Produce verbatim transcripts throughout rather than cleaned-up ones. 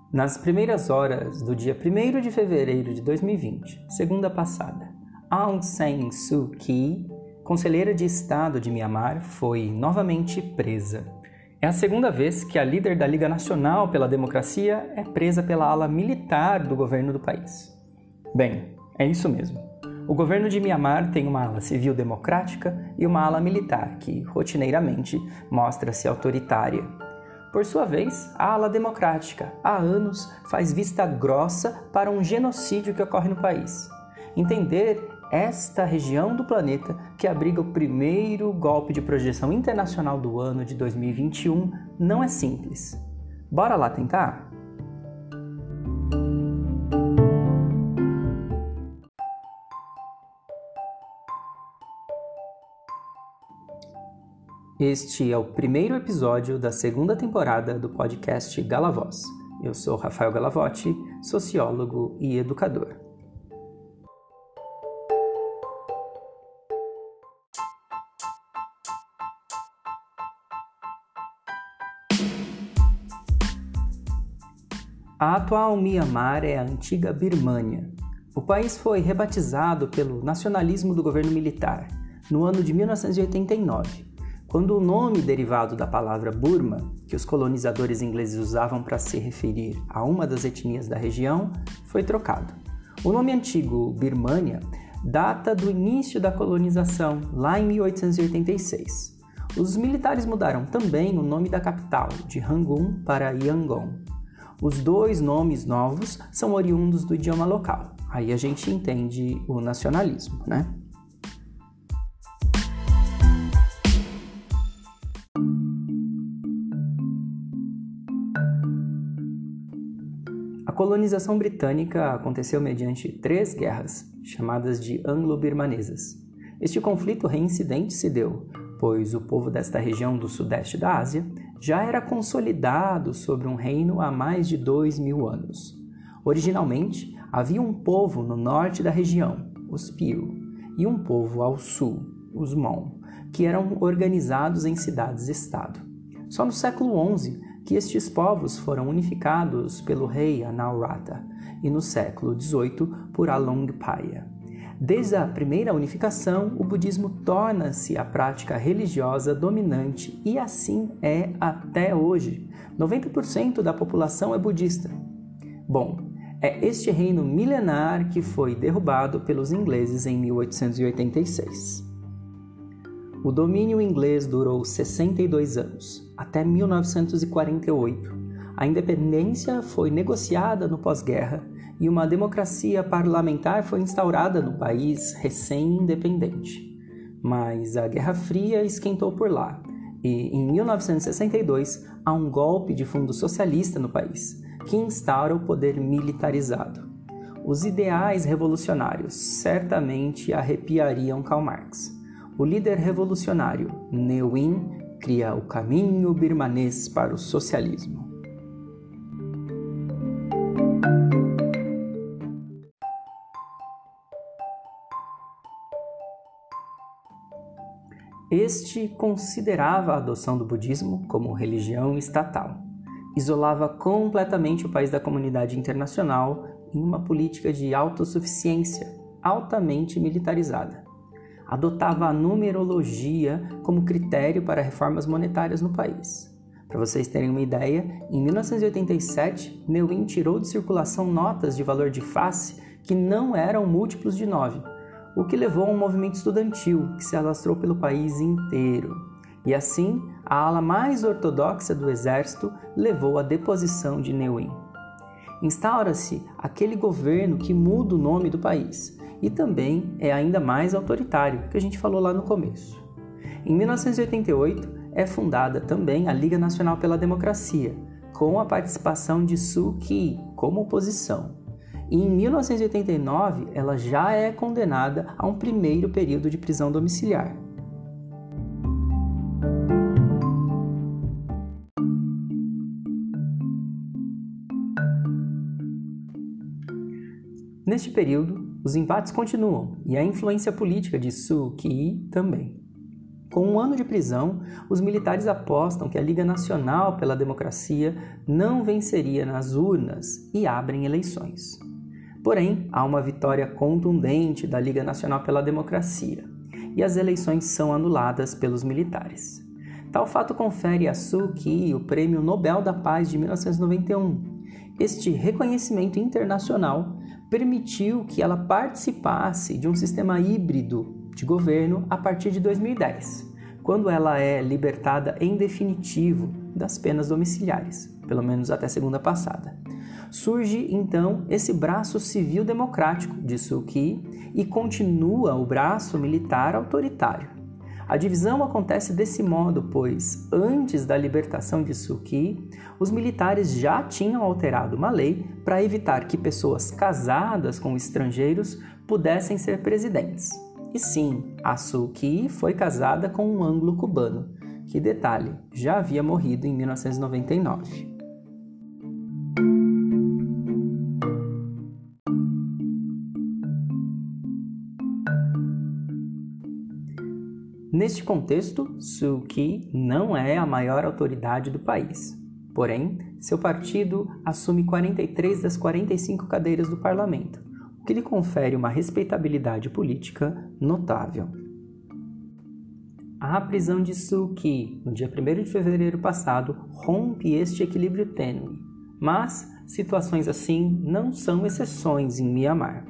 Nas primeiras horas do dia primeiro de fevereiro de dois mil e vinte, segunda passada, Aung San Suu Kyi, conselheira de Estado de Mianmar, foi novamente presa. É a segunda vez que a líder da Liga Nacional pela Democracia é presa pela ala militar do governo do país. Bem, é isso mesmo. O governo de Mianmar tem uma ala civil democrática e uma ala militar que, rotineiramente, mostra-se autoritária. Por sua vez, a ala democrática, há anos, faz vista grossa para um genocídio que ocorre no país. Entender esta região do planeta que abriga o primeiro golpe de projeção internacional do ano de dois mil e vinte e um não é simples. Bora lá tentar? Este é o primeiro episódio da segunda temporada do podcast Galavoz. Eu sou Rafael Galavotti, sociólogo e educador. A atual Mianmar é a antiga Birmânia. O país foi rebatizado pelo nacionalismo do governo militar no ano de mil novecentos e oitenta e nove. Quando o nome derivado da palavra Burma, que os colonizadores ingleses usavam para se referir a uma das etnias da região, foi trocado. O nome antigo Birmânia data do início da colonização, lá em mil oitocentos e oitenta e seis. Os militares mudaram também o nome da capital, de Rangoon para Yangon. Os dois nomes novos são oriundos do idioma local. Aí a gente entende o nacionalismo, né? A colonização britânica aconteceu mediante três guerras, chamadas de anglo-birmanesas. Este conflito reincidente se deu, pois o povo desta região do sudeste da Ásia já era consolidado sobre um reino há mais de dois mil anos. Originalmente, havia um povo no norte da região, os Piro, e um povo ao sul, os Mon, que eram organizados em cidades-estado. Só no século onze que estes povos foram unificados pelo rei Anawrahta e no século dezoito por Alongpaya. Desde a primeira unificação, o budismo torna-se a prática religiosa dominante e assim é até hoje. noventa por cento da população é budista. Bom, é este reino milenar que foi derrubado pelos ingleses em mil oitocentos e oitenta e seis. O domínio inglês durou sessenta e dois anos, até mil novecentos e quarenta e oito. A independência foi negociada no pós-guerra e uma democracia parlamentar foi instaurada no país recém-independente. Mas a Guerra Fria esquentou por lá e, em mil novecentos e sessenta e dois, há um golpe de fundo socialista no país, que instaura o poder militarizado. Os ideais revolucionários certamente arrepiariam Karl Marx. O líder revolucionário, Ne Win, cria o caminho birmanês para o socialismo. Este considerava a adoção do budismo como religião estatal. Isolava completamente o país da comunidade internacional em uma política de autossuficiência altamente militarizada. Adotava a numerologia como critério para reformas monetárias no país. Para vocês terem uma ideia, em mil novecentos e oitenta e sete, Ne Win tirou de circulação notas de valor de face que não eram múltiplos de nove, o que levou a um movimento estudantil que se alastrou pelo país inteiro. E assim, a ala mais ortodoxa do exército levou à deposição de Ne Win. Instaura-se aquele governo que muda o nome do país e também é ainda mais autoritário, que a gente falou lá no começo. Em mil novecentos e oitenta e oito, é fundada também a Liga Nacional pela Democracia, com a participação de Suu Kyi como oposição. E em mil novecentos e oitenta e nove, ela já é condenada a um primeiro período de prisão domiciliar. Neste período, os embates continuam e a influência política de Suu Kyi também. Com um ano de prisão, os militares apostam que a Liga Nacional pela Democracia não venceria nas urnas e abrem eleições. Porém, há uma vitória contundente da Liga Nacional pela Democracia e as eleições são anuladas pelos militares. Tal fato confere a Suu Kyi o Prêmio Nobel da Paz de mil novecentos e noventa e um. Este reconhecimento internacional permitiu que ela participasse de um sistema híbrido de governo a partir de dois mil e dez, quando ela é libertada em definitivo das penas domiciliares, pelo menos até segunda passada. Surge, então, esse braço civil democrático de Suu Kyi e continua o braço militar autoritário. A divisão acontece desse modo, pois, antes da libertação de Suu Kyi, os militares já tinham alterado uma lei para evitar que pessoas casadas com estrangeiros pudessem ser presidentes. E sim, a Suu Kyi foi casada com um anglo-cubano, que, detalhe, já havia morrido em mil novecentos e noventa e nove. Neste contexto, Suu Kyi não é a maior autoridade do país. Porém, seu partido assume quarenta e três das quarenta e cinco cadeiras do parlamento, o que lhe confere uma respeitabilidade política notável. A prisão de Suu Kyi, no dia primeiro de fevereiro passado, rompe este equilíbrio tênue, mas situações assim não são exceções em Mianmar.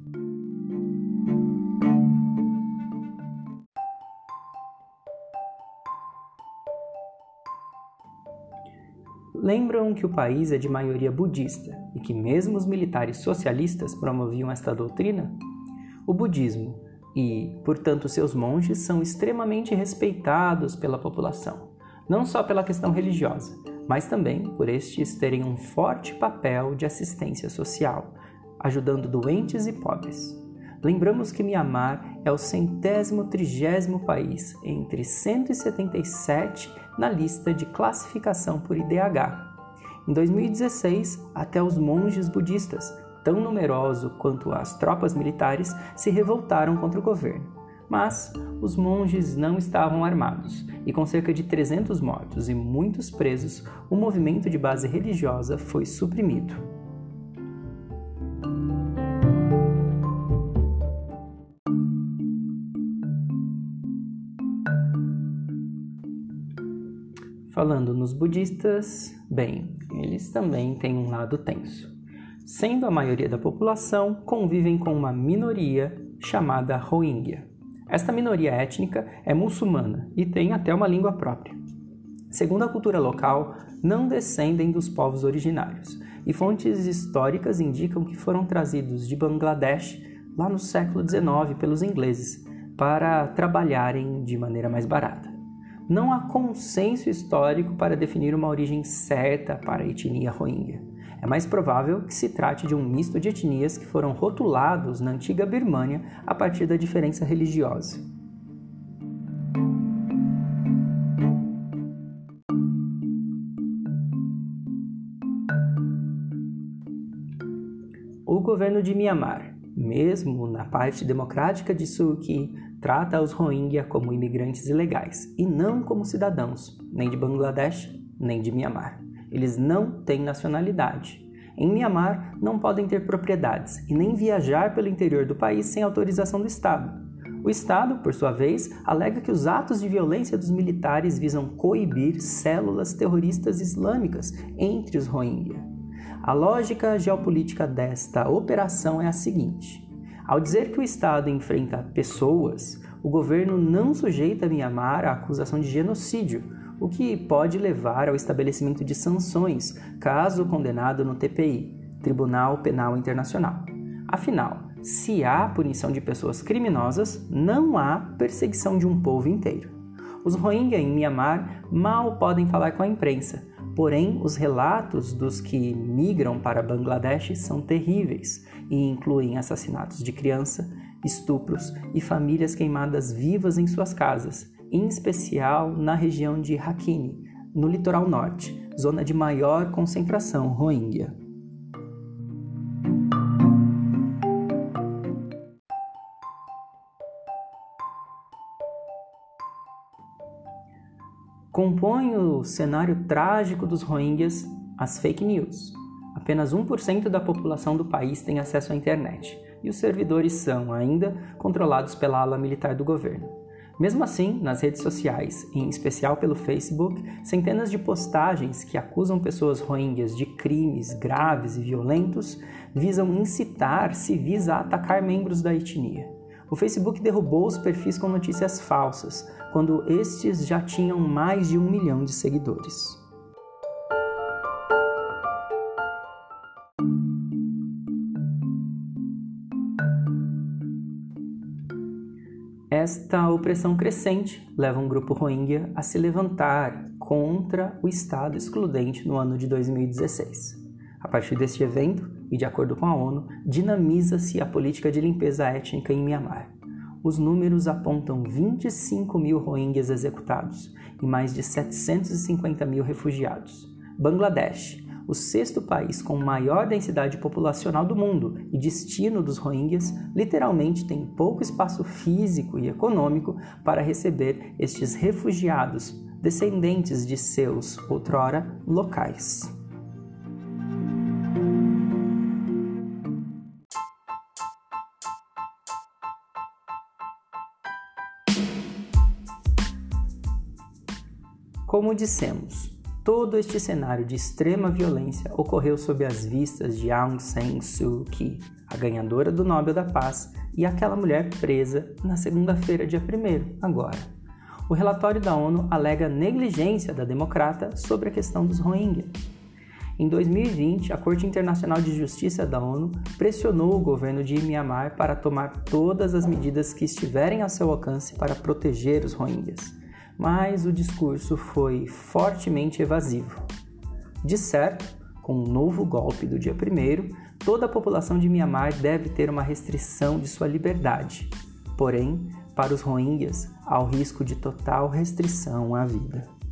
Lembram que o país é de maioria budista e que mesmo os militares socialistas promoviam esta doutrina? O budismo e, portanto, seus monges são extremamente respeitados pela população, não só pela questão religiosa, mas também por estes terem um forte papel de assistência social, ajudando doentes e pobres. Lembramos que Mianmar é o centésimo trigésimo país entre cento e setenta e sete na lista de classificação por I D H. Em dois mil e dezesseis, até os monges budistas, tão numerosos quanto as tropas militares, se revoltaram contra o governo. Mas os monges não estavam armados, e com cerca de trezentos mortos e muitos presos, o movimento de base religiosa foi suprimido. Falando nos budistas, bem, eles também têm um lado tenso. Sendo a maioria da população, convivem com uma minoria chamada Rohingya. Esta minoria étnica é muçulmana e tem até uma língua própria. Segundo a cultura local, não descendem dos povos originários, e fontes históricas indicam que foram trazidos de Bangladesh lá no século dezenove pelos ingleses para trabalharem de maneira mais barata. Não há consenso histórico para definir uma origem certa para a etnia Rohingya. É mais provável que se trate de um misto de etnias que foram rotulados na antiga Birmânia a partir da diferença religiosa. O governo de Mianmar, mesmo na parte democrática de Suu Kyi, trata os Rohingya como imigrantes ilegais e não como cidadãos, nem de Bangladesh, nem de Mianmar. Eles não têm nacionalidade. Em Mianmar, não podem ter propriedades e nem viajar pelo interior do país sem autorização do Estado. O Estado, por sua vez, alega que os atos de violência dos militares visam coibir células terroristas islâmicas entre os Rohingya. A lógica geopolítica desta operação é a seguinte: ao dizer que o Estado enfrenta pessoas, o governo não sujeita Mianmar à acusação de genocídio, o que pode levar ao estabelecimento de sanções, caso condenado no T P I, Tribunal Penal Internacional. Afinal, se há punição de pessoas criminosas, não há perseguição de um povo inteiro. Os Rohingya em Mianmar mal podem falar com a imprensa, porém os relatos dos que migram para Bangladesh são terríveis e incluem assassinatos de criança, estupros e famílias queimadas vivas em suas casas, em especial na região de Rakhine, no litoral norte, zona de maior concentração Rohingya. Compõem o cenário trágico dos Rohingyas as fake news. Apenas um por cento da população do país tem acesso à internet, e os servidores são, ainda, controlados pela ala militar do governo. Mesmo assim, nas redes sociais, em especial pelo Facebook, centenas de postagens que acusam pessoas rohingyas de crimes graves e violentos visam incitar civis a atacar membros da etnia. O Facebook derrubou os perfis com notícias falsas, quando estes já tinham mais de um milhão de seguidores. Esta opressão crescente leva um grupo Rohingya a se levantar contra o Estado excludente no ano de dois mil e dezesseis. A partir deste evento, e de acordo com a ONU, dinamiza-se a política de limpeza étnica em Mianmar. Os números apontam vinte e cinco mil Rohingyas executados e mais de setecentos e cinquenta mil refugiados. Bangladesh, o sexto país com maior densidade populacional do mundo e destino dos Rohingyas, literalmente tem pouco espaço físico e econômico para receber estes refugiados, descendentes de seus, outrora, locais. Como dissemos, todo este cenário de extrema violência ocorreu sob as vistas de Aung San Suu Kyi, a ganhadora do Nobel da Paz, e aquela mulher presa na segunda-feira, dia primeiro, agora. O relatório da ONU alega negligência da democrata sobre a questão dos Rohingya. Em dois mil e vinte, a Corte Internacional de Justiça da ONU pressionou o governo de Myanmar para tomar todas as medidas que estiverem ao seu alcance para proteger os Rohingyas. Mas o discurso foi fortemente evasivo. De certo, com o novo golpe do dia primeiro, toda a população de Myanmar deve ter uma restrição de sua liberdade. Porém, para os Rohingyas, há o risco de total restrição à vida.